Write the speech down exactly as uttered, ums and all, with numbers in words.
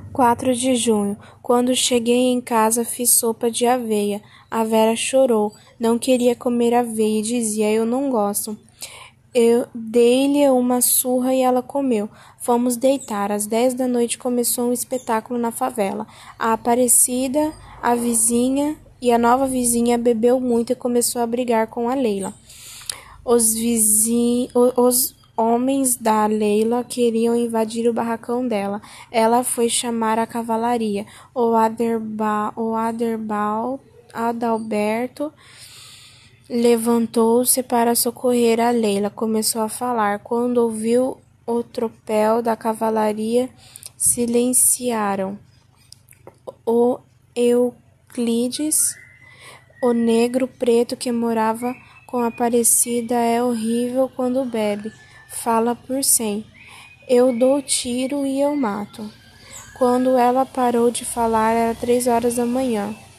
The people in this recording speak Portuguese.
quatro de junho. Quando cheguei em casa, fiz sopa de aveia. A Vera chorou. Não queria comer aveia e dizia: eu não gosto. Eu dei-lhe uma surra e ela comeu. Fomos deitar. Às dez da noite começou um espetáculo na favela. A Aparecida, a vizinha e a nova vizinha bebeu muito e começou a brigar com a Leila. Os vizinhos... Os homens da Leila queriam invadir o barracão dela. Ela foi chamar a cavalaria. O, Aderba, o Aderbal, Adalberto levantou-se para socorrer a Leila. Começou a falar. Quando ouviu o tropel da cavalaria, silenciaram. O Euclides, o negro preto que morava com a Aparecida, é horrível quando bebe. Fala por cem. Eu dou tiro e eu mato. Quando ela parou de falar, era três horas da manhã.